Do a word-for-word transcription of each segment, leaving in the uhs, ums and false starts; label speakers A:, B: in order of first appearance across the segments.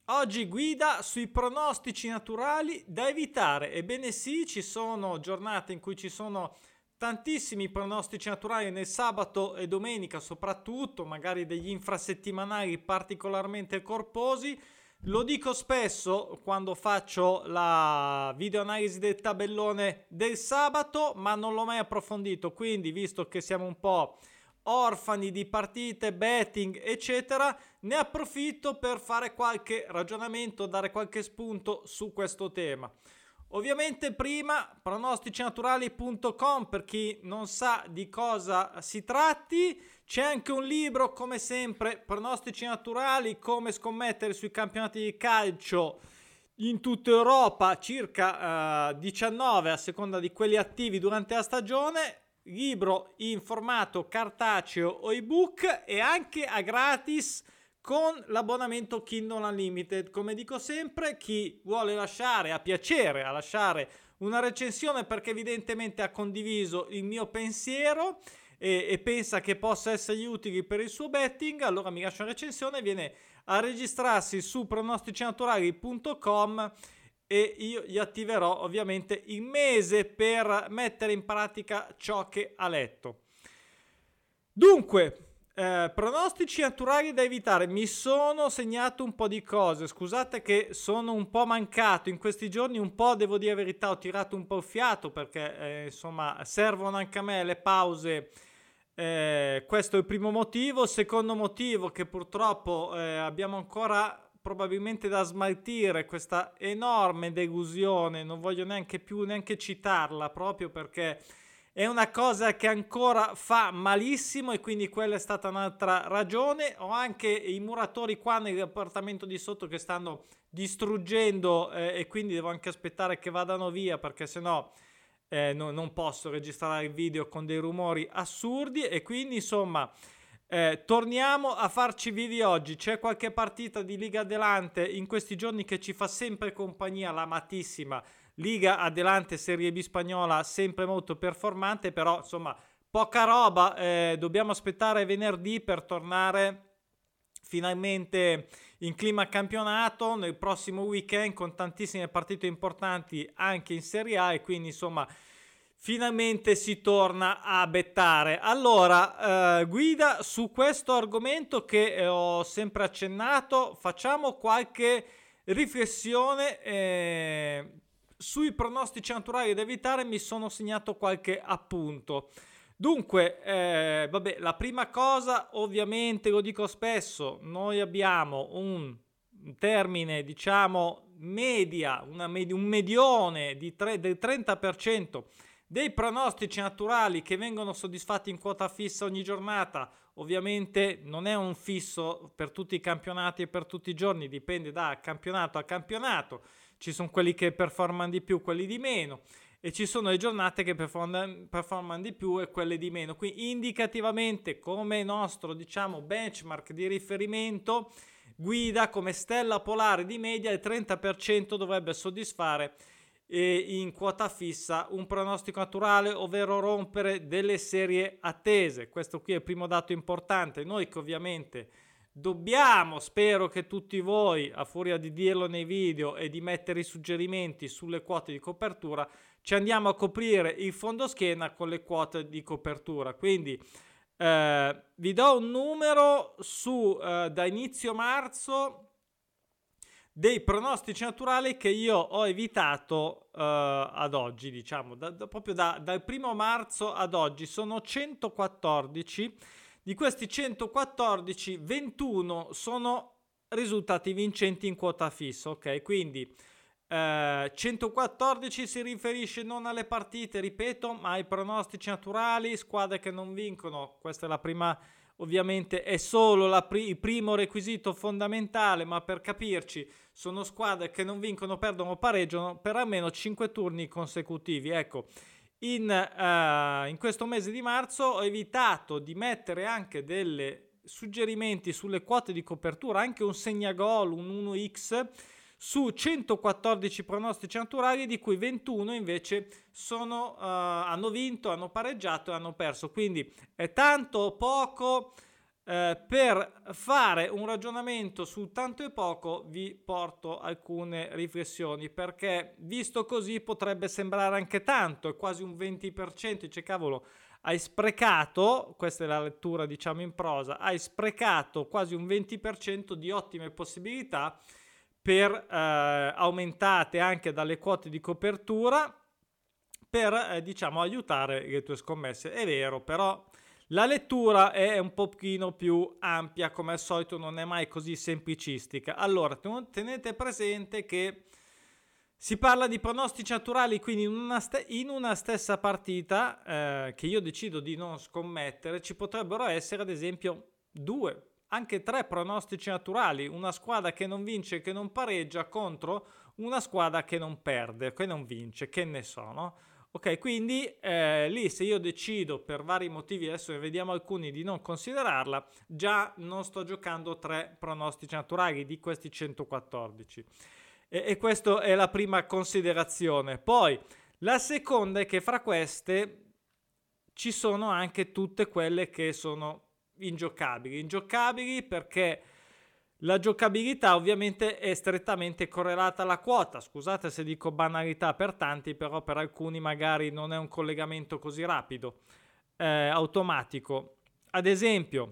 A: Oggi guida sui pronostici naturali da evitare. Ebbene sì, ci sono giornate in cui ci sono tantissimi pronostici naturali nel sabato e domenica soprattutto, magari degli infrasettimanali particolarmente corposi. Lo dico spesso quando faccio la videoanalisi del tabellone del sabato, ma non l'ho mai approfondito, quindi visto che siamo un po' orfani di partite, betting, eccetera, ne approfitto per fare qualche ragionamento, dare qualche spunto su questo tema. Ovviamente prima pronosticinaturali punto com per chi non sa di cosa si tratti, c'è anche un libro come sempre, Pronostici naturali, come scommettere sui campionati di calcio in tutta Europa, circa uh, diciannove a seconda di quelli attivi durante la stagione, libro in formato cartaceo o ebook e anche a gratis con l'abbonamento Kindle Unlimited. Come dico sempre, chi vuole lasciare, a piacere a lasciare una recensione perché evidentemente ha condiviso il mio pensiero e, e pensa che possa essergli utili per il suo betting, allora mi lascia una recensione, viene a registrarsi su pronosticinaturali punto com e io gli attiverò ovviamente il mese per mettere in pratica ciò che ha letto. Dunque, eh, pronostici naturali da evitare. Mi sono segnato un po' di cose. Scusate che sono un po' mancato in questi giorni, un po', devo dire la verità, ho tirato un po' il fiato perché eh, insomma servono anche a me le pause. Eh, questo è il primo motivo. Secondo motivo che purtroppo eh, abbiamo ancora probabilmente da smaltire questa enorme delusione, non voglio neanche più neanche citarla proprio perché è una cosa che ancora fa malissimo e quindi quella è stata un'altra ragione. Ho anche i muratori qua nell'appartamento di sotto che stanno distruggendo eh, e quindi devo anche aspettare che vadano via perché sennò eh, no, non posso registrare il video con dei rumori assurdi e quindi insomma Eh, torniamo a farci vivi oggi. C'è qualche partita di Liga Adelante in questi giorni che ci fa sempre compagnia, l'amatissima Liga Adelante Serie B spagnola, sempre molto performante, però insomma poca roba, eh, dobbiamo aspettare venerdì per tornare finalmente in clima campionato nel prossimo weekend con tantissime partite importanti anche in Serie A e quindi insomma finalmente si torna a bettare. Allora, eh, guida su questo argomento che eh, ho sempre accennato, facciamo qualche riflessione eh, sui pronostici naturali da evitare, mi sono segnato qualche appunto. Dunque, eh, vabbè, la prima cosa, ovviamente, lo dico spesso, noi abbiamo un termine, diciamo, media, una med- un medione di tre, del trenta per cento dei pronostici naturali che vengono soddisfatti in quota fissa ogni giornata. Ovviamente non è un fisso per tutti i campionati e per tutti i giorni, dipende da campionato a campionato. Ci sono quelli che performano di più, quelli di meno, e ci sono le giornate che performano, performano di più e quelle di meno. Quindi indicativamente come nostro, diciamo, benchmark di riferimento, guida come stella polare di media, il trenta per cento dovrebbe soddisfare e in quota fissa un pronostico naturale, ovvero rompere delle serie attese. Questo qui è il primo dato importante. Noi che ovviamente dobbiamo, spero che tutti voi, a furia di dirlo nei video e di mettere i suggerimenti sulle quote di copertura, ci andiamo a coprire il fondoschiena con le quote di copertura. Quindi eh, vi do un numero su eh, da inizio marzo dei pronostici naturali che io ho evitato uh, ad oggi, diciamo, da, da, proprio da, dal primo marzo ad oggi sono centoquattordici. Di questi centoquattordici, ventuno sono risultati vincenti in quota fissa, ok? Quindi uh, centoquattordici si riferisce non alle partite, ripeto, ma ai pronostici naturali, squadre che non vincono. Questa è la prima. Ovviamente è solo la pri- il primo requisito fondamentale, ma per capirci sono squadre che non vincono, perdono o pareggiano per almeno cinque turni consecutivi. Ecco, in, uh, in questo mese di marzo ho evitato di mettere anche dei suggerimenti sulle quote di copertura, anche un segnagol, un uno x, su centoquattordici pronostici naturali, di cui ventuno invece sono, uh, hanno vinto, hanno pareggiato e hanno perso. Quindi è tanto o poco? Eh, per fare un ragionamento su tanto e poco vi porto alcune riflessioni, perché visto così potrebbe sembrare anche tanto, è quasi un venti per cento, dice cavolo, hai sprecato, questa è la lettura diciamo in prosa, hai sprecato quasi un venti per cento di ottime possibilità per eh, aumentate anche dalle quote di copertura per eh, diciamo aiutare le tue scommesse. È vero, però la lettura è un pochino più ampia, come al solito non è mai così semplicistica. Allora, tenete presente che si parla di pronostici naturali, quindi in una, st- in una stessa partita eh, che io decido di non scommettere, ci potrebbero essere ad esempio due, anche tre pronostici naturali, una squadra che non vince e che non pareggia contro una squadra che non perde, che non vince, che ne so, no? Ok, quindi eh, lì se io decido per vari motivi, adesso ne vediamo alcuni, di non considerarla, già non sto giocando tre pronostici naturali di questi centoquattordici. E, e questa è la prima considerazione. Poi la seconda è che fra queste ci sono anche tutte quelle che sono ingiocabili. Ingiocabili perché la giocabilità ovviamente è strettamente correlata alla quota. Scusate se dico banalità per tanti, però per alcuni magari non è un collegamento così rapido, eh, automatico. Ad esempio,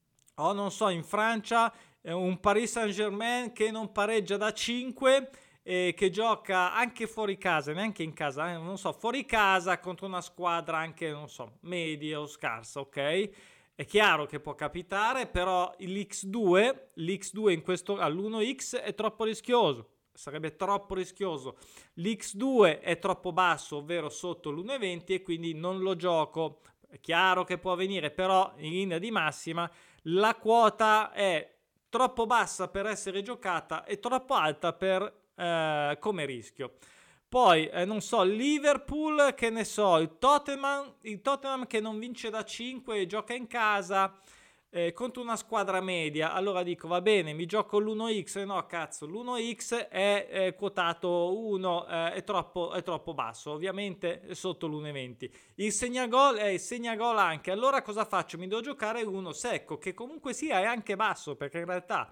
A: o non so, in Francia eh, un Paris Saint-Germain che non pareggia da cinque e che gioca anche fuori casa, neanche in casa, eh, non so, fuori casa contro una squadra anche, non so, media o scarsa, ok? È chiaro che può capitare, però l'X due, l'X due in questo all'uno X è troppo rischioso, sarebbe troppo rischioso. L'X due è troppo basso, ovvero sotto l'uno virgola venti, e quindi non lo gioco. È chiaro che può avvenire, però in linea di massima la quota è troppo bassa per essere giocata e troppo alta per eh, come rischio. Poi, eh, non so, Liverpool, che ne so, il Tottenham, il Tottenham che non vince da cinque e gioca in casa eh, contro una squadra media. Allora dico, va bene, mi gioco l'uno X, no cazzo, l'uno X è eh, quotato uno, eh, è, troppo, è troppo basso, ovviamente è sotto l'uno virgola venti. Il segnagol è il segnagol anche, allora cosa faccio? Mi devo giocare uno secco, che comunque sia è anche basso, perché in realtà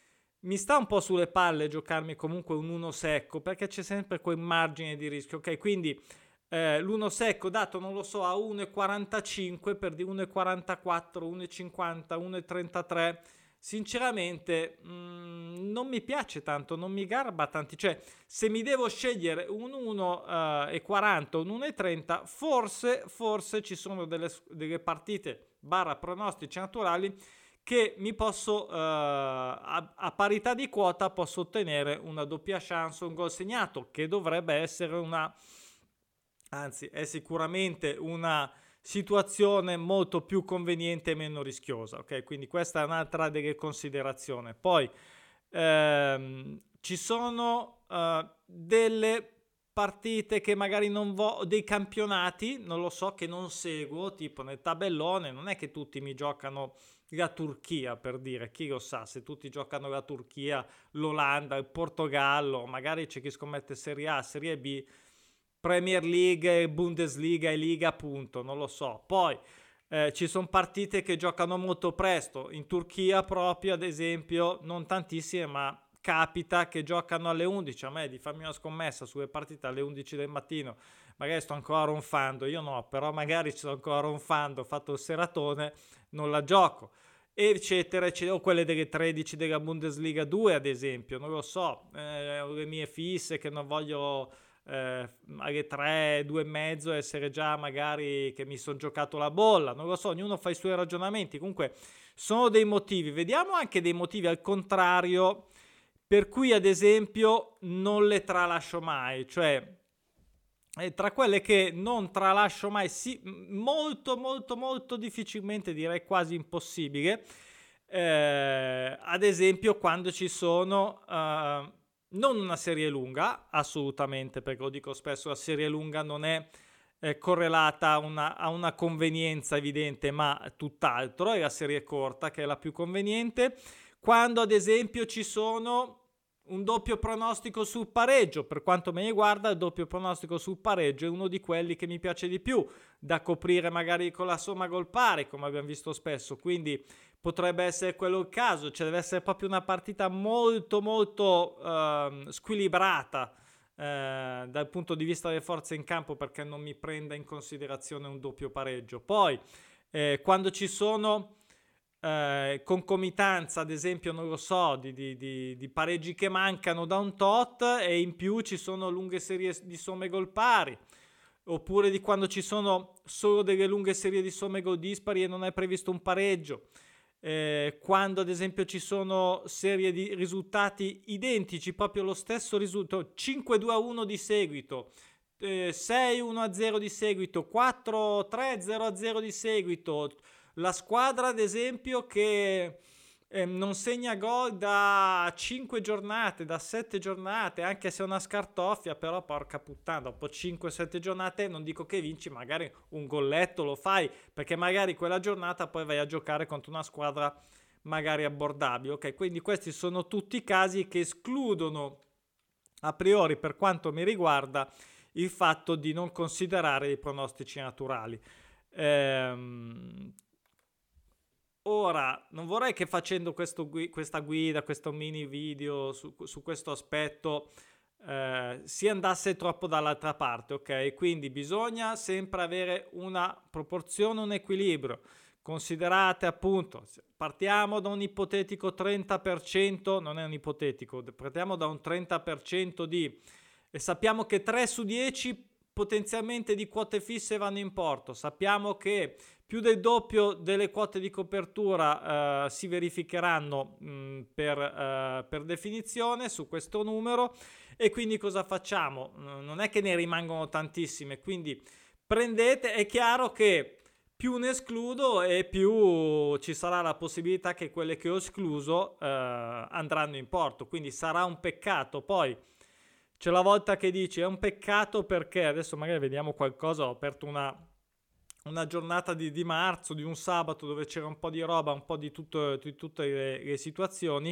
A: mi sta un po' sulle palle giocarmi comunque un uno secco, perché c'è sempre quel margine di rischio, ok? Quindi eh, l'uno secco dato, non lo so, a uno virgola quarantacinque, per di uno virgola quarantaquattro, uno virgola cinquanta, uno virgola trentatré, sinceramente mh, non mi piace tanto, non mi garba tanti, cioè se mi devo scegliere un uno virgola quaranta o un uno virgola trenta, forse, forse ci sono delle, delle partite barra pronostici naturali che mi posso, uh, a, a parità di quota, posso ottenere una doppia chance, un gol segnato, che dovrebbe essere una, anzi è sicuramente una situazione molto più conveniente e meno rischiosa, ok? Quindi questa è un'altra delle considerazioni. Poi ehm, ci sono uh, delle partite che magari non vo- dei campionati, non lo so, che non seguo, tipo nel tabellone, non è che tutti mi giocano la Turchia, per dire, chi lo sa, se tutti giocano la Turchia, l'Olanda, il Portogallo, magari c'è chi scommette Serie A, Serie B, Premier League, Bundesliga e Liga, appunto, non lo so. Poi eh, ci sono partite che giocano molto presto, in Turchia proprio, ad esempio, non tantissime, ma capita che giocano alle undici. A me di farmi una scommessa sulle partite alle undici del mattino, magari sto ancora ronfando, io no, però magari sto ancora ronfando, ho fatto il seratone, non la gioco, eccetera, eccetera, o quelle delle tredici della Bundesliga due, ad esempio, non lo so, eh, le mie fisse che non voglio eh, alle tre, due e mezzo essere già magari che mi sono giocato la bolla, non lo so, ognuno fa i suoi ragionamenti, comunque sono dei motivi. Vediamo anche dei motivi al contrario per cui ad esempio non le tralascio mai, cioè eh, tra quelle che non tralascio mai, sì, molto molto molto difficilmente, direi quasi impossibile, eh, ad esempio quando ci sono eh, non una serie lunga, assolutamente, perché lo dico spesso, la serie lunga non è eh, correlata a una, a una convenienza evidente, ma tutt'altro, è la serie corta che è la più conveniente. Quando ad esempio ci sono un doppio pronostico sul pareggio, per quanto me ne riguarda il doppio pronostico sul pareggio è uno di quelli che mi piace di più, da coprire magari con la somma gol pari, come abbiamo visto spesso, quindi potrebbe essere quello il caso, cioè deve essere proprio una partita molto molto eh, squilibrata eh, dal punto di vista delle forze in campo, perché non mi prenda in considerazione un doppio pareggio. Poi eh, quando ci sono eh, concomitanza, ad esempio, non lo so, di, di, di, di pareggi che mancano da un tot, e in più ci sono lunghe serie di somme gol pari, oppure di quando ci sono solo delle lunghe serie di somme gol dispari e non è previsto un pareggio, eh, quando ad esempio ci sono serie di risultati identici, proprio lo stesso risultato, cinque due a uno di seguito, eh, sei uno a zero di seguito, quattro tre zero a zero di seguito, la squadra ad esempio che eh, non segna gol da cinque giornate, da sette giornate, anche se è una scartoffia, però porca puttana, dopo cinque sette giornate non dico che vinci, magari un golletto lo fai, perché magari quella giornata poi vai a giocare contro una squadra magari abbordabile, ok? Quindi questi sono tutti casi che escludono a priori, per quanto mi riguarda, il fatto di non considerare i pronostici naturali. Ehm, Ora, non vorrei che facendo questo gui- questa guida, questo mini video su, su questo aspetto eh, si andasse troppo dall'altra parte, ok? Quindi bisogna sempre avere una proporzione, un equilibrio. Considerate appunto, partiamo da un ipotetico trenta per cento, non è un ipotetico, partiamo da un trenta per cento di, e sappiamo che tre su dieci potenzialmente di quote fisse vanno in porto, sappiamo che più del doppio delle quote di copertura eh, si verificheranno mh, per, eh, per definizione su questo numero, e quindi cosa facciamo? Non è che ne rimangono tantissime, quindi prendete, è chiaro che più ne escludo e più ci sarà la possibilità che quelle che ho escluso eh, andranno in porto, quindi sarà un peccato. Poi c'è la volta che dici è un peccato perché, adesso magari vediamo qualcosa, ho aperto una una giornata di, di marzo, di un sabato, dove c'era un po' di roba, un po' di, tutto, di tutte le, le situazioni,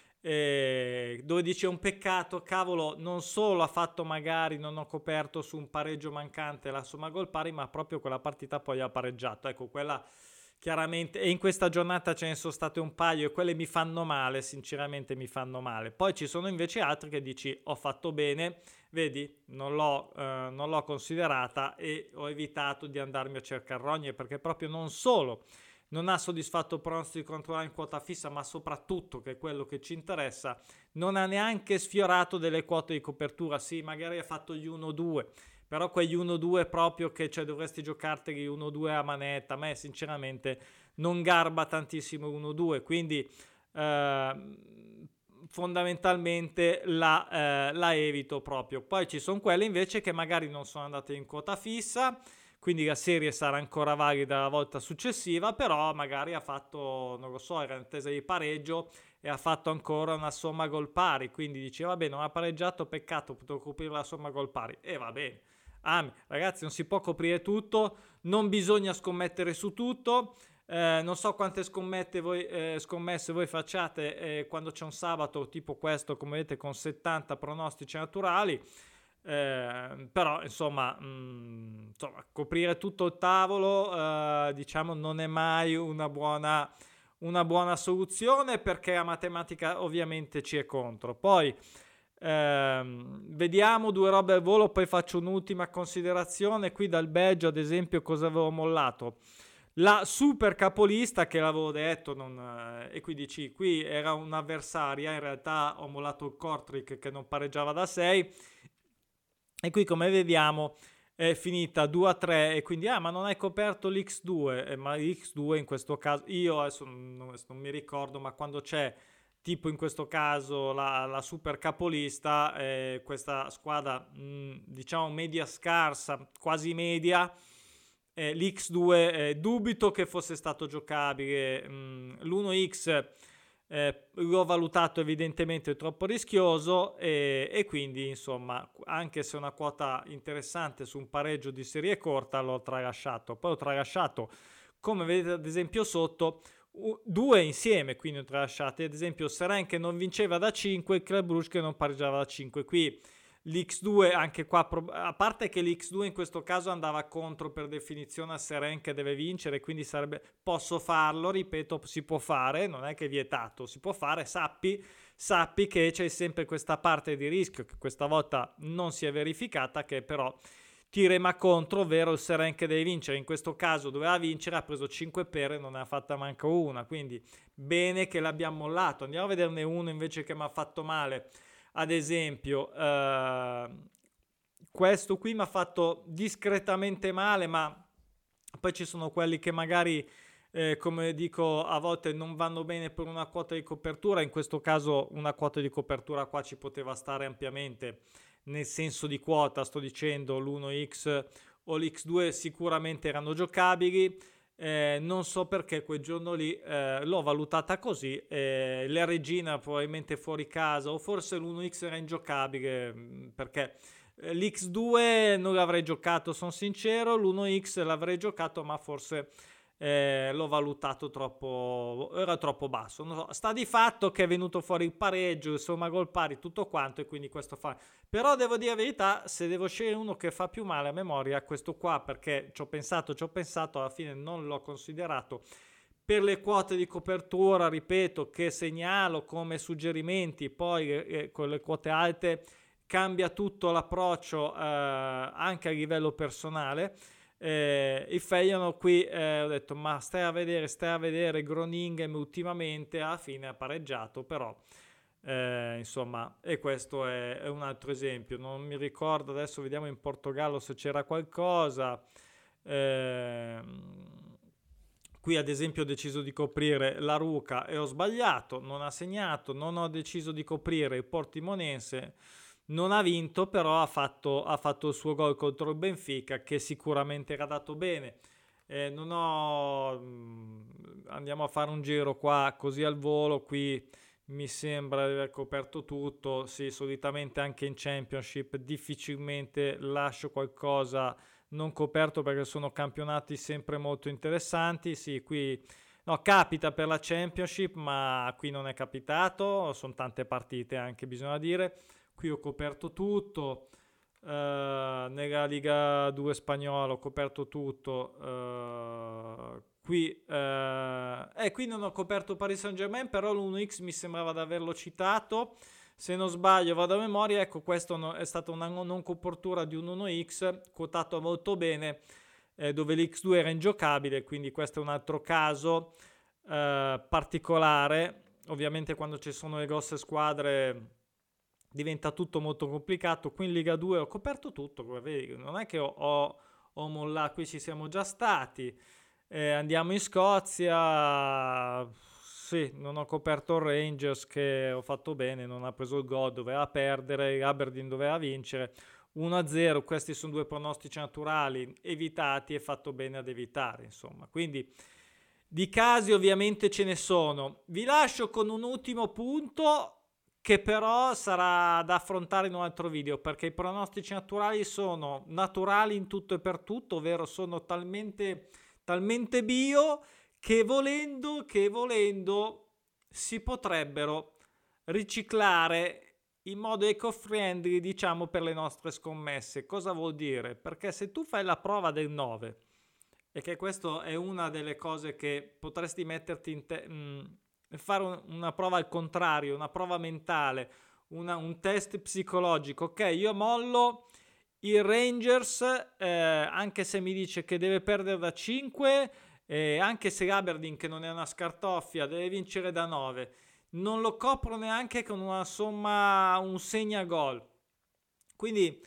A: eh, dove dice un peccato, cavolo, non solo ha fatto magari, non ho coperto su un pareggio mancante la somma gol pari, ma proprio quella partita poi ha pareggiato. Ecco, quella chiaramente, e in questa giornata ce ne sono state un paio e quelle mi fanno male, sinceramente mi fanno male. Poi ci sono invece altri che dici ho fatto bene, vedi, non l'ho, eh, non l'ho considerata e ho evitato di andarmi a cercare rogne, perché proprio non solo non ha soddisfatto il pronostico controllato in quota fissa, ma soprattutto, che è quello che ci interessa, non ha neanche sfiorato delle quote di copertura. Sì, magari ha fatto gli uno due, però quegli uno due proprio che, cioè, dovresti giocarteli uno due a manetta. A me sinceramente non garba tantissimo uno due, quindi eh, fondamentalmente la, eh, la evito proprio. Poi ci sono quelle invece che magari non sono andate in quota fissa, quindi la serie sarà ancora valida la volta successiva, però magari ha fatto, non lo so, era in attesa di pareggio e ha fatto ancora una somma gol pari, quindi dice vabbè, non ha pareggiato, peccato, potevo coprire la somma gol pari, e va bene. Ah, ragazzi, non si può coprire tutto, non bisogna scommettere su tutto. Eh, non so quante scommette voi, eh, scommesse voi facciate eh, quando c'è un sabato tipo questo, come vedete, con settanta pronostici naturali. Eh, però insomma, mh, insomma, coprire tutto il tavolo eh, diciamo non è mai una buona, una buona soluzione, perché la matematica ovviamente ci è contro. Poi ehm, vediamo due robe al volo, poi faccio un'ultima considerazione. Qui dal Belgio ad esempio cosa avevo mollato? La super capolista, che l'avevo detto, non, eh, e qui dici qui era un'avversaria, in realtà ho mollato il Kortrijk che non pareggiava da sei, e qui come vediamo è finita due a tre, e quindi ah, ma non hai coperto l'X due, eh, ma l'X due in questo caso io adesso non, non mi ricordo, ma quando c'è tipo in questo caso la, la super capolista, eh, questa squadra mh, diciamo media scarsa, quasi media, eh, l'X due eh, dubito che fosse stato giocabile, mh, l'uno X eh, l'ho valutato evidentemente troppo rischioso, e, e quindi insomma, anche se una quota interessante su un pareggio di serie corta, l'ho tralasciato. Poi ho tralasciato, come vedete ad esempio sotto, uh, due insieme, quindi ho tralasciato ad esempio Seren che non vinceva da cinque, il Club Brugge che non pareggiava da cinque. Qui l'X due anche qua, a parte che l'X due in questo caso andava contro per definizione a Seren che deve vincere, quindi sarebbe, posso farlo, ripeto, si può fare, non è che è vietato, si può fare, sappi, sappi che c'è sempre questa parte di rischio che questa volta non si è verificata, che però ti rema contro, ovvero il Seren che deve vincere, in questo caso doveva vincere, ha preso cinque pere, non ne ha fatta manco una, quindi bene che l'abbiamo mollato. Andiamo a vederne uno invece che mi ha fatto male. Ad esempio, eh, questo qui mi ha fatto discretamente male, ma poi ci sono quelli che magari, eh, come dico, a volte non vanno bene per una quota di copertura. In questo caso una quota di copertura qua ci poteva stare ampiamente, nel senso di quota, sto dicendo l'uno X o l'X due sicuramente erano giocabili. Eh, non so perché quel giorno lì eh, l'ho valutata così, eh, la regina probabilmente fuori casa, o forse l'uno X era ingiocabile, perché eh, l'X due non l'avrei giocato, sono sincero, l'uno X l'avrei giocato, ma forse eh, l'ho valutato troppo, era troppo basso, non so. Sta di fatto che è venuto fuori il pareggio, insomma gol pari, tutto quanto, e quindi questo fa. Però devo dire la verità, se devo scegliere uno che fa più male a memoria, questo qua, perché ci ho pensato, ci ho pensato, alla fine non l'ho considerato. Per le quote di copertura, ripeto, che segnalo come suggerimenti, poi eh, con le quote alte cambia tutto l'approccio eh, anche a livello personale. Eh, il Feyenoord qui eh, ho detto ma stai a vedere, stai a vedere Groningen ultimamente, alla fine ha pareggiato, però eh, insomma, e questo è, è un altro esempio. Non mi ricordo adesso, vediamo in Portogallo se c'era qualcosa. Eh, qui ad esempio ho deciso di coprire la Ruca e ho sbagliato, non ha segnato. Non ho deciso di coprire il Portimonense, non ha vinto, però ha fatto, ha fatto il suo gol contro il Benfica, che sicuramente era dato bene. Eh, non ho, andiamo a fare un giro qua così al volo. Qui mi sembra di aver coperto tutto. Sì, solitamente anche in Championship difficilmente lascio qualcosa non coperto, perché sono campionati sempre molto interessanti. Sì, qui no, capita per la Championship, ma qui non è capitato, sono tante partite anche, bisogna dire. Qui ho coperto tutto. Uh, nella Liga due spagnola ho coperto tutto. Uh, qui, uh, eh, qui non ho coperto Paris Saint-Germain, però l'uno X mi sembrava di averlo citato. Se non sbaglio, vado a memoria. Ecco, questo no, è stata una non copertura di un uno X quotato molto bene, eh, dove l'X due era ingiocabile. Quindi questo è un altro caso uh, particolare. Ovviamente quando ci sono le grosse squadre diventa tutto molto complicato. Qui in Liga due ho coperto tutto, come vedi, non è che ho, ho, ho mollato, qui ci siamo già stati. Eh, andiamo in Scozia, sì, non ho coperto il Rangers, che ho fatto bene, non ha preso il gol, doveva perdere, Aberdeen doveva vincere, uno a zero. Questi sono due pronostici naturali evitati, e fatto bene ad evitare, insomma. Quindi di casi ovviamente ce ne sono. Vi lascio con un ultimo punto, che però sarà da affrontare in un altro video, perché i pronostici naturali sono naturali in tutto e per tutto, ovvero sono talmente, talmente bio che volendo, che volendo si potrebbero riciclare in modo eco-friendly, diciamo, per le nostre scommesse. Cosa vuol dire? Perché se tu fai la prova del nove, e che questa è una delle cose che potresti metterti in te... Mh, fare un, una prova al contrario, una prova mentale, una, un test psicologico. Ok, io mollo il Rangers, eh, anche se mi dice che deve perdere da cinque, eh, anche se Aberdeen, che non è una scartoffia, deve vincere da nove. Non lo copro neanche con una somma, un segna gol. Quindi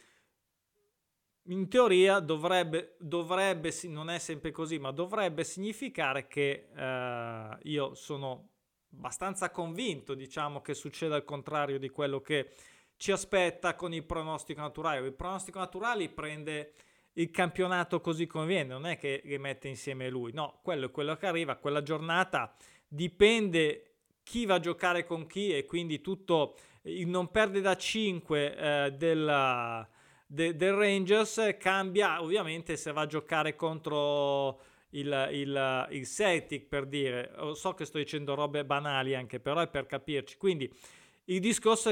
A: in teoria dovrebbe, dovrebbe, non è sempre così, ma dovrebbe significare che eh, io sono abbastanza convinto, diciamo, che succeda il contrario di quello che ci aspetta con il pronostico naturale. Il pronostico naturale prende il campionato così come viene, non è che li mette insieme lui, no, quello è quello che arriva, quella giornata dipende chi va a giocare con chi, e quindi tutto il non perde da cinque eh, della, de, del Rangers cambia ovviamente se va a giocare contro Il, il, il Celtic, per dire. So che sto dicendo robe banali anche, però è per capirci. Quindi il discorso è che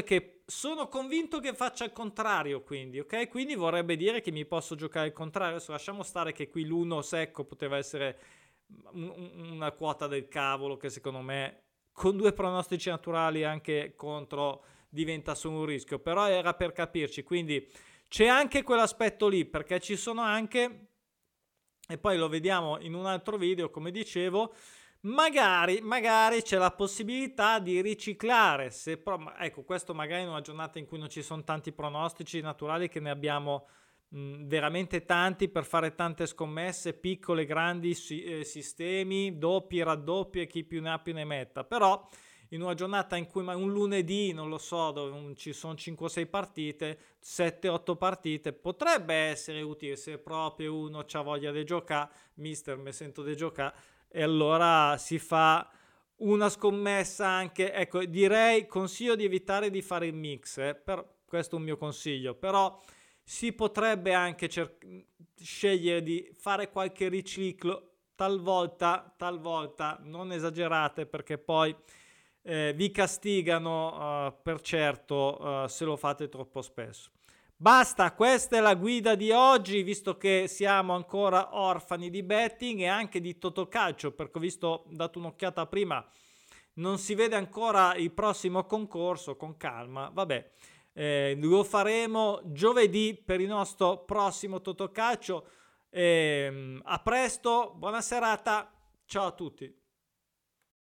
A: sono convinto che faccia il contrario, quindi, ok? Quindi vorrebbe dire che mi posso giocare il contrario. Adesso lasciamo stare che qui l'uno secco poteva essere una quota del cavolo che secondo me con due pronostici naturali anche contro diventa solo un rischio, però era per capirci, quindi c'è anche quell'aspetto lì, perché ci sono anche, e poi lo vediamo in un altro video, come dicevo, magari, magari c'è la possibilità di riciclare, se pro- ecco, questo magari in una giornata in cui non ci sono tanti pronostici naturali, che ne abbiamo mh, veramente tanti per fare tante scommesse, piccole, grandi si- eh, sistemi, doppi, raddoppi e chi più ne ha più ne metta, però in una giornata in cui un lunedì, non lo so, dove un, ci sono cinque o sei partite, sette otto partite, potrebbe essere utile se proprio uno ha voglia di giocare, mister mi sento di giocare, e allora si fa una scommessa anche, ecco, direi, consiglio di evitare di fare il mix, eh, per, questo è un mio consiglio, però si potrebbe anche cer- scegliere di fare qualche riciclo, talvolta, talvolta, non esagerate perché poi eh, vi castigano uh, per certo uh, se lo fate troppo spesso. Basta, questa è la guida di oggi, visto che siamo ancora orfani di betting e anche di Totocalcio, perché ho visto, ho dato un'occhiata prima, non si vede ancora il prossimo concorso, con calma, vabbè, eh, lo faremo giovedì per il nostro prossimo Totocalcio. Eh, a presto, buona serata, ciao a tutti.